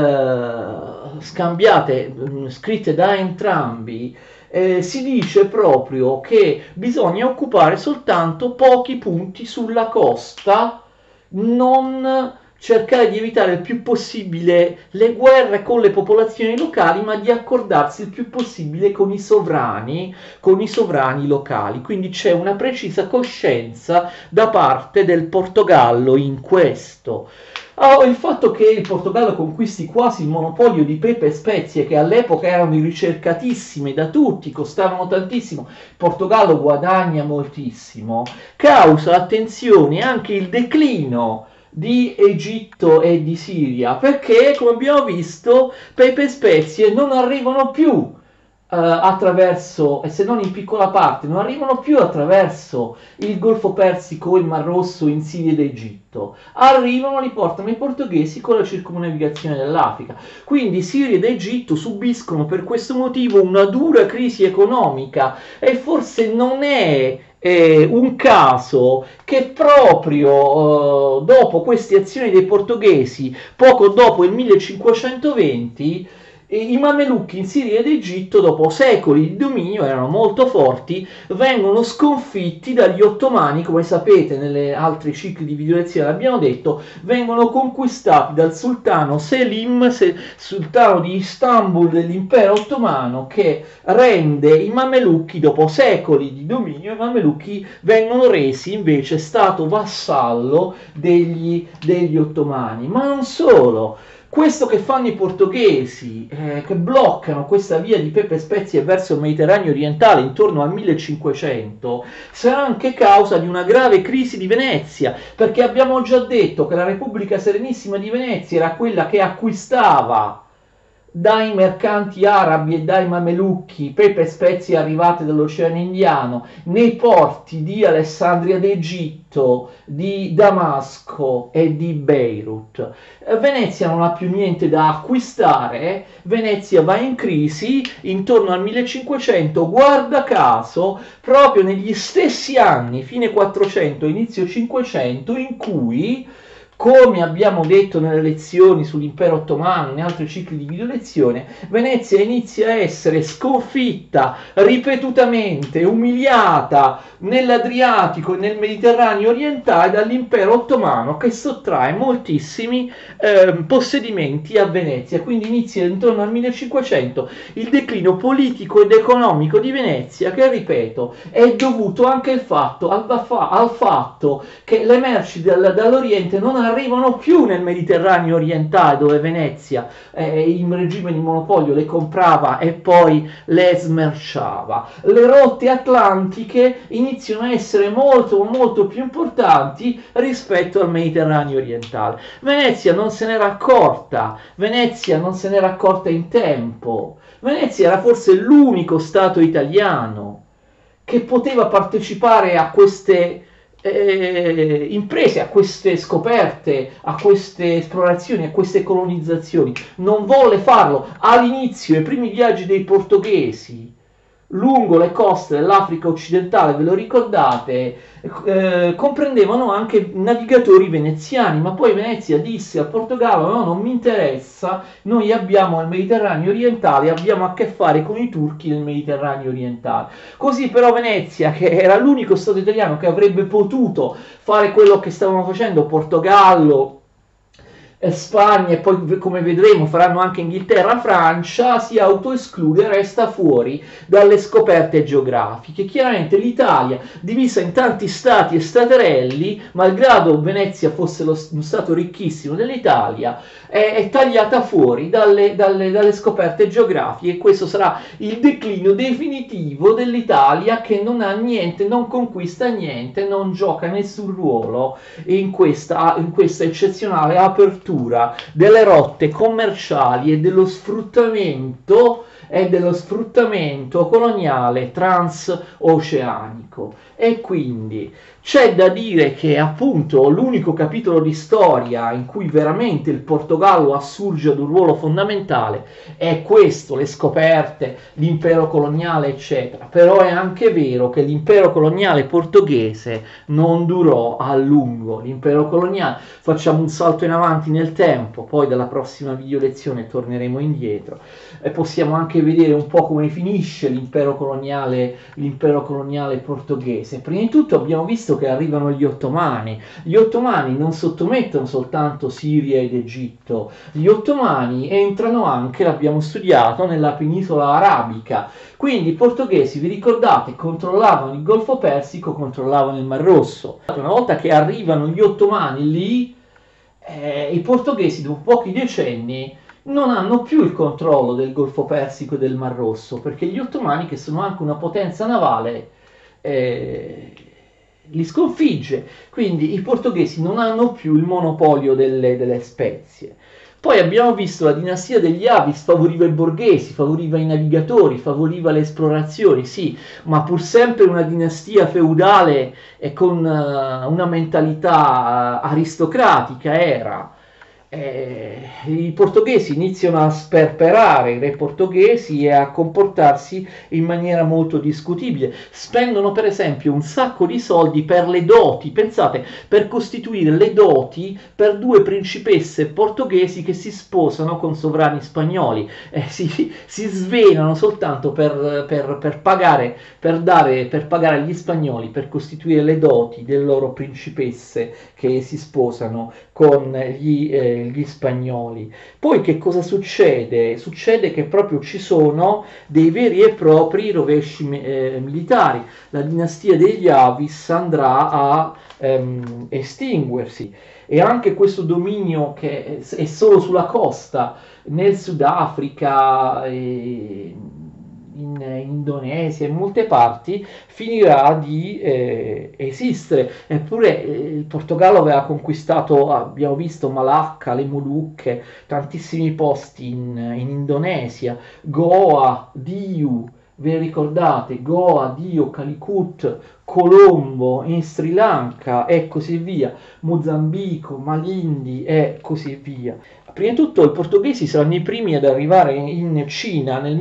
Uh, scambiate, mh, scritte da entrambi, eh, si dice proprio che bisogna occupare soltanto pochi punti sulla costa, non cercare di evitare il più possibile le guerre con le popolazioni locali, ma di accordarsi il più possibile con i sovrani, con i sovrani locali. Quindi c'è una precisa coscienza da parte del Portogallo in questo. Oh, il fatto che il Portogallo conquisti quasi il monopolio di pepe e spezie, che all'epoca erano ricercatissime da tutti, costavano tantissimo, il Portogallo guadagna moltissimo, causa, attenzione, anche il declino di Egitto e di Siria, perché, come abbiamo visto, pepe e spezie non arrivano più Uh, attraverso, e se non in piccola parte, non arrivano più attraverso il Golfo Persico o il Mar Rosso in Siria ed Egitto, arrivano, li portano i portoghesi con la circumnavigazione dell'Africa. Quindi Siria ed Egitto subiscono per questo motivo una dura crisi economica e forse non è eh, un caso che proprio eh, dopo queste azioni dei portoghesi, poco dopo il millecinquecentoventi, E i Mamelucchi in Siria ed Egitto, dopo secoli di dominio, erano molto forti, vengono sconfitti dagli ottomani, come sapete nelle altri cicli di video lezione l'abbiamo detto, vengono conquistati dal sultano Selim, sultano di Istanbul dell'impero ottomano, che rende i Mamelucchi, dopo secoli di dominio, i Mamelucchi vengono resi invece stato vassallo degli, degli ottomani. Ma non solo. Questo che fanno i portoghesi, eh, che bloccano questa via di pepe e spezie verso il Mediterraneo orientale intorno al millecinquecento, sarà anche causa di una grave crisi di Venezia, perché abbiamo già detto che la Repubblica Serenissima di Venezia era quella che acquistava dai mercanti arabi e dai mamelucchi pepe e spezie arrivate dall'Oceano Indiano nei porti di Alessandria d'Egitto, di Damasco e di Beirut. Venezia non ha più niente da acquistare, Venezia va in crisi intorno al millecinquecento, guarda caso, proprio negli stessi anni, fine quattrocento, inizio cinquecento, in cui, come abbiamo detto nelle lezioni sull'impero ottomano, in altri cicli di video lezione, Venezia inizia a essere sconfitta ripetutamente, umiliata nell'Adriatico e nel Mediterraneo orientale dall'impero ottomano, che sottrae moltissimi eh, possedimenti a Venezia. Quindi inizia intorno al millecinquecento il declino politico ed economico di Venezia, che, ripeto, è dovuto anche al fatto, al, al fatto che le merci dal, dall'Oriente non arrivano più nel Mediterraneo orientale, dove Venezia eh, in regime di monopolio le comprava e poi le smerciava. Le rotte atlantiche iniziano a essere molto molto più importanti rispetto al Mediterraneo orientale. Venezia non se n'era accorta, Venezia non se n'era accorta in tempo. Venezia era forse l'unico stato italiano che poteva partecipare a queste Eh, imprese, a queste scoperte, a queste esplorazioni, a queste colonizzazioni. Non volle farlo all'inizio, ai primi viaggi dei portoghesi lungo le coste dell'Africa occidentale, ve lo ricordate, eh, comprendevano anche navigatori veneziani, ma poi Venezia disse al Portogallo: no, non mi interessa, noi abbiamo il Mediterraneo orientale, abbiamo a che fare con i turchi del Mediterraneo orientale. Così però Venezia, che era l'unico stato italiano che avrebbe potuto fare quello che stavano facendo Portogallo, Spagna e poi, come vedremo, faranno anche Inghilterra, Francia, si autoesclude, resta fuori dalle scoperte geografiche. Chiaramente l'Italia, divisa in tanti stati e staterelli, malgrado Venezia fosse lo, uno stato ricchissimo dell'Italia, è, è tagliata fuori dalle, dalle, dalle scoperte geografiche, e questo sarà il declino definitivo dell'Italia, che non ha niente, non conquista niente, non gioca nessun ruolo in questa, in questa eccezionale apertura delle rotte commerciali e dello sfruttamento e dello sfruttamento coloniale transoceanico. E quindi c'è da dire che appunto l'unico capitolo di storia in cui veramente il Portogallo assurge ad un ruolo fondamentale è questo, le scoperte, l'impero coloniale eccetera. Però è anche vero che l'impero coloniale portoghese non durò a lungo. L'impero coloniale, facciamo un salto in avanti nel tempo, poi dalla prossima video lezione torneremo indietro e possiamo anche vedere un po' come finisce l'impero coloniale, l'impero coloniale portoghese. Prima di tutto abbiamo visto che arrivano gli ottomani. Gli ottomani non sottomettono soltanto Siria ed Egitto, gli ottomani entrano anche, l'abbiamo studiato, nella penisola arabica. Quindi i portoghesi, vi ricordate, controllavano il Golfo Persico, controllavano il Mar Rosso. Una volta che arrivano gli ottomani lì, eh, i portoghesi dopo pochi decenni non hanno più il controllo del Golfo Persico e del Mar Rosso, perché gli ottomani, che sono anche una potenza navale, eh, li sconfigge. Quindi i portoghesi non hanno più il monopolio delle, delle spezie. Poi abbiamo visto la dinastia degli Avis favoriva i borghesi, favoriva i navigatori, favoriva le esplorazioni, sì, ma pur sempre una dinastia feudale e con uh, una mentalità uh, aristocratica era. eh, i portoghesi iniziano a sperperare i re portoghesi e a comportarsi in maniera molto discutibile. Spendono per esempio un sacco di soldi per le doti, pensate, per costituire le doti per due principesse portoghesi che si sposano con sovrani spagnoli. Eh, si, si svenano soltanto per, per, per pagare, per, dare, per pagare agli spagnoli per costituire le doti delle loro principesse che si sposano con gli, eh, gli spagnoli. Poi che cosa succede? Succede che proprio ci sono dei veri e propri rovesci eh, militari. La dinastia degli Avis andrà a ehm, estinguersi, e anche questo dominio che è solo sulla costa, nel Sudafrica, e in Indonesia e in molte parti, finirà di eh, esistere. Eppure eh, il Portogallo aveva conquistato, abbiamo visto, Malacca, le Molucche, tantissimi posti in, in Indonesia, Goa, Diu, ve ricordate? Goa, Dio, Calicut, Colombo in Sri Lanka e così via, Mozambico, Malindi e così via. Prima di tutto i portoghesi saranno i primi ad arrivare in Cina nel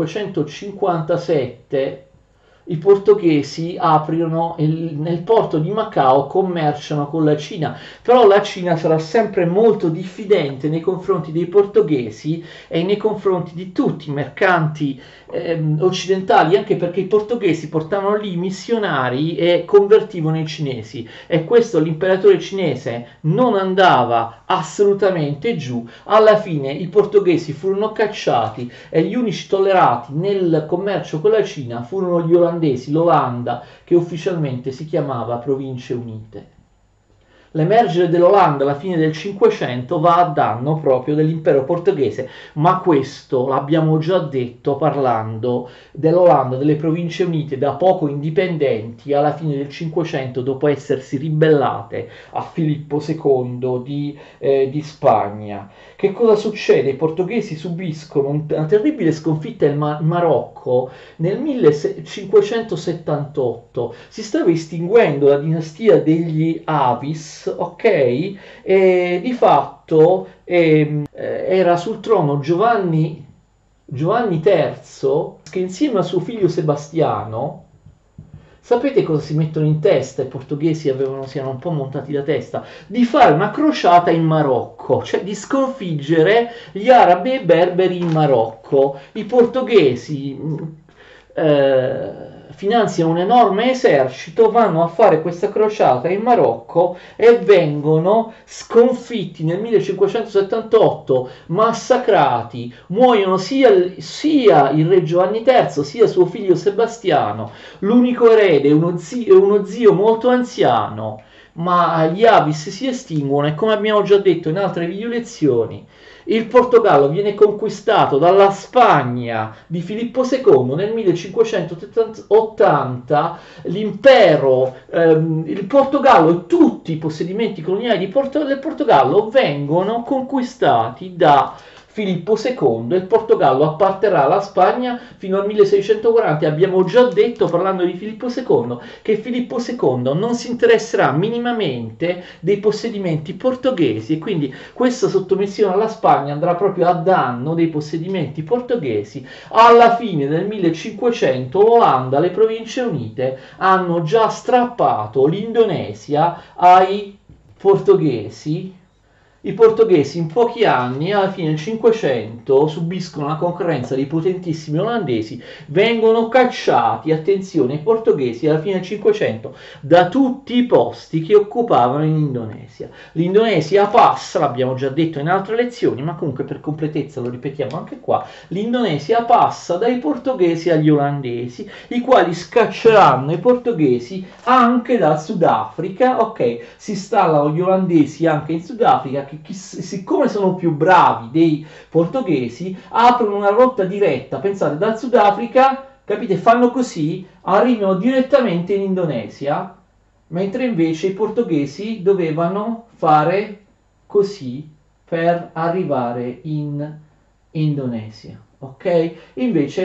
millecinquecentocinquantasette. I portoghesi aprono il, nel porto di Macao, commerciano con la Cina, però la Cina sarà sempre molto diffidente nei confronti dei portoghesi e nei confronti di tutti i mercanti ehm, occidentali, anche perché i portoghesi portavano lì missionari e convertivano i cinesi, e questo l'imperatore cinese non andava assolutamente giù. Alla fine i portoghesi furono cacciati e gli unici tollerati nel commercio con la Cina furono gli olandesi, l'Olanda, che ufficialmente si chiamava Province Unite. L'emergere dell'Olanda alla fine del Cinquecento va a danno proprio dell'impero portoghese, ma questo l'abbiamo già detto parlando dell'Olanda, delle Province Unite da poco indipendenti alla fine del Cinquecento, dopo essersi ribellate a Filippo secondo di, eh, di Spagna. Che cosa succede? I portoghesi subiscono una terribile sconfitta in Mar- Marocco nel millecinquecentosettantotto. Si stava estinguendo la dinastia degli Avis, ok, e di fatto ehm, eh, era sul trono Giovanni, Giovanni terzo, che insieme a suo figlio Sebastiano, sapete cosa si mettono in testa? I portoghesi avevano, si erano un po' montati la testa, di fare una crociata in Marocco, cioè di sconfiggere gli arabi e i berberi in Marocco. I portoghesi eh, finanziano un enorme esercito, vanno a fare questa crociata in Marocco e vengono sconfitti nel millecinquecentosettantotto, massacrati, muoiono sia, sia il re Giovanni terzo sia suo figlio Sebastiano, l'unico erede è uno zio, uno zio molto anziano, ma gli Avis si estinguono e, come abbiamo già detto in altre video lezioni, il Portogallo viene conquistato dalla Spagna di Filippo secondo nel millecinquecentottanta. L'impero, ehm, il Portogallo e tutti i possedimenti coloniali di Porto, del Portogallo vengono conquistati da Filippo secondo. Il Portogallo apparterrà alla Spagna fino al milleseicentoquaranta. Abbiamo già detto, parlando di Filippo secondo, che Filippo secondo non si interesserà minimamente dei possedimenti portoghesi, e quindi questa sottomissione alla Spagna andrà proprio a danno dei possedimenti portoghesi. Alla fine del millecinquecento l'Olanda, le Province Unite, hanno già strappato l'Indonesia ai portoghesi. I portoghesi in pochi anni, alla fine del Cinquecento, subiscono la concorrenza dei potentissimi olandesi, vengono cacciati, attenzione, i portoghesi alla fine del Cinquecento, da tutti i posti che occupavano in Indonesia. L'Indonesia passa, l'abbiamo già detto in altre lezioni, ma comunque per completezza lo ripetiamo anche qua, l'Indonesia passa dai portoghesi agli olandesi, i quali scacceranno i portoghesi anche dal Sudafrica, ok, si installano gli olandesi anche in Sudafrica, che chi, siccome sono più bravi dei portoghesi, aprono una rotta diretta, pensate, dal Sudafrica, capite, fanno così, arrivano direttamente in Indonesia, mentre invece i portoghesi dovevano fare così per arrivare in Indonesia, ok? Invece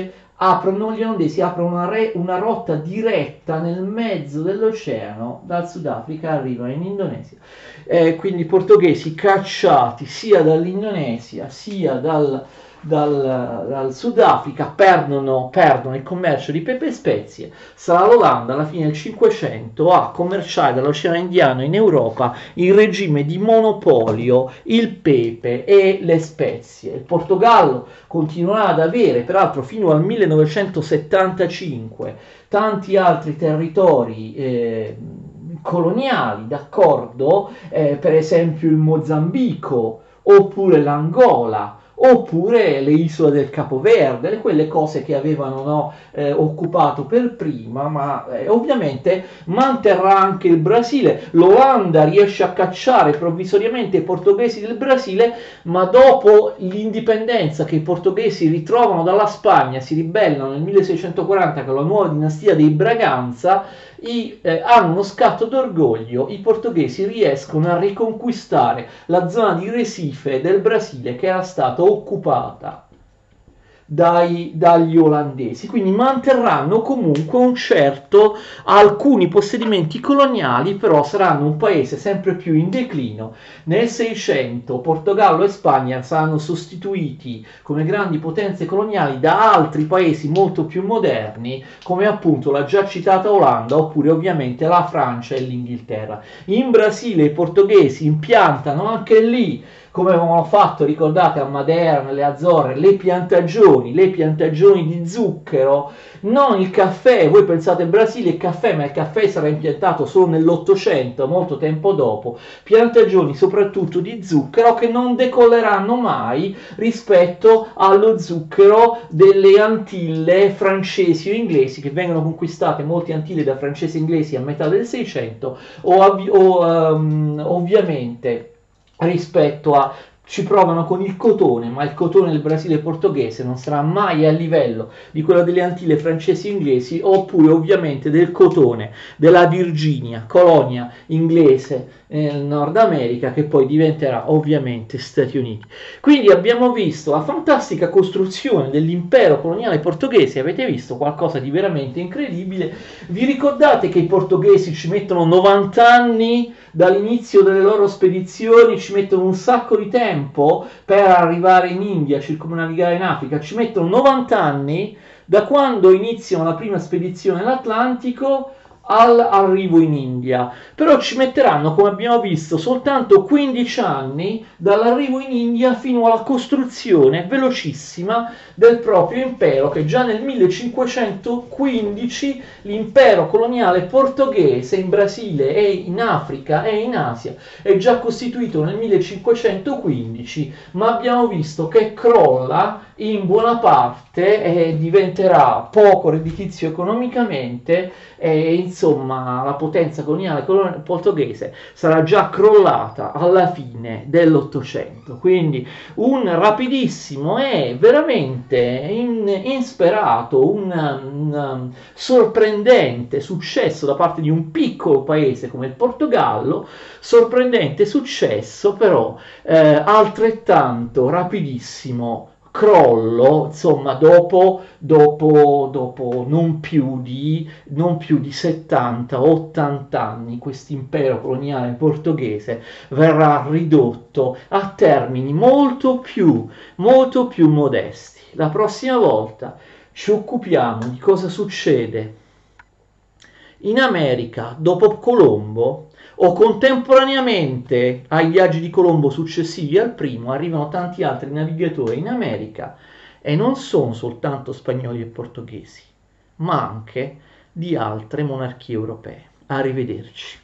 aprono, gli olandesi aprono una, re, una rotta diretta nel mezzo dell'oceano, dal Sudafrica arrivano in Indonesia. Eh, quindi i portoghesi cacciati sia dall'Indonesia sia dal, dal, dal Sudafrica perdono, perdono il commercio di pepe e spezie. Sarà l'Olanda alla fine del Cinquecento a commerciare dall'Oceano Indiano in Europa in regime di monopolio il pepe e le spezie. Il Portogallo continuerà ad avere, peraltro fino al millenovecentosettantacinque, tanti altri territori eh, coloniali, d'accordo, eh, per esempio il Mozambico, oppure l'Angola, oppure le isole del Capoverde, quelle cose che avevano no, eh, occupato per prima, ma eh, ovviamente manterrà anche il Brasile. L'Olanda riesce a cacciare provvisoriamente i portoghesi del Brasile, ma dopo l'indipendenza che i portoghesi ritrovano dalla Spagna, si ribellano nel milleseicentoquaranta con la nuova dinastia dei Braganza, I, eh, hanno uno scatto d'orgoglio, i portoghesi riescono a riconquistare la zona di Recife del Brasile che era stata occupata dai, dagli olandesi, quindi manterranno comunque un certo, alcuni possedimenti coloniali, però saranno un paese sempre più in declino. Nel Seicento Portogallo e Spagna saranno sostituiti come grandi potenze coloniali da altri paesi molto più moderni, come appunto la già citata Olanda, oppure ovviamente la Francia e l'Inghilterra. In Brasile i portoghesi impiantano anche lì, come avevano fatto, ricordate, a Madeira, nelle Azzorre, le piantagioni, le piantagioni di zucchero, non il caffè. Voi pensate Brasile e caffè, ma il caffè sarà impiantato solo nell'Ottocento, molto tempo dopo. Piantagioni soprattutto di zucchero che non decolleranno mai rispetto allo zucchero delle Antille francesi o inglesi, che vengono conquistate molte Antille da francesi e inglesi a metà del Seicento, o, o um, ovviamente rispetto a, ci provano con il cotone, ma il cotone del Brasile portoghese non sarà mai a livello di quello delle Antille francesi e inglesi, oppure ovviamente del cotone della Virginia, colonia inglese nel Nord America, che poi diventerà ovviamente Stati Uniti. Quindi abbiamo visto la fantastica costruzione dell'impero coloniale portoghese, avete visto qualcosa di veramente incredibile. Vi ricordate che i portoghesi ci mettono novanta anni dall'inizio delle loro spedizioni, ci mettono un sacco di tempo per arrivare in India, circumnavigare in Africa, ci mettono novanta anni da quando iniziano la prima spedizione all'Atlantico all'arrivo in India, però ci metteranno, come abbiamo visto, soltanto quindici anni dall'arrivo in India fino alla costruzione velocissima del proprio impero, che già nel millecinquecentoquindici l'impero coloniale portoghese in Brasile e in Africa e in Asia è già costituito nel millecinquecentoquindici, ma abbiamo visto che crolla in buona parte e diventerà poco redditizio economicamente, e insomma la potenza coloniale portoghese sarà già crollata alla fine dell'Ottocento. Quindi un rapidissimo e veramente in, insperato, un, un sorprendente successo da parte di un piccolo paese come il Portogallo, sorprendente successo, però eh, altrettanto rapidissimo crollo, insomma, dopo, dopo, dopo non più di, non più di settanta ottanta anni, questo impero coloniale portoghese verrà ridotto a termini molto più, molto più modesti. La prossima volta ci occupiamo di cosa succede in America dopo Colombo, o contemporaneamente ai viaggi di Colombo successivi al primo arrivano tanti altri navigatori in America, e non sono soltanto spagnoli e portoghesi, ma anche di altre monarchie europee. Arrivederci.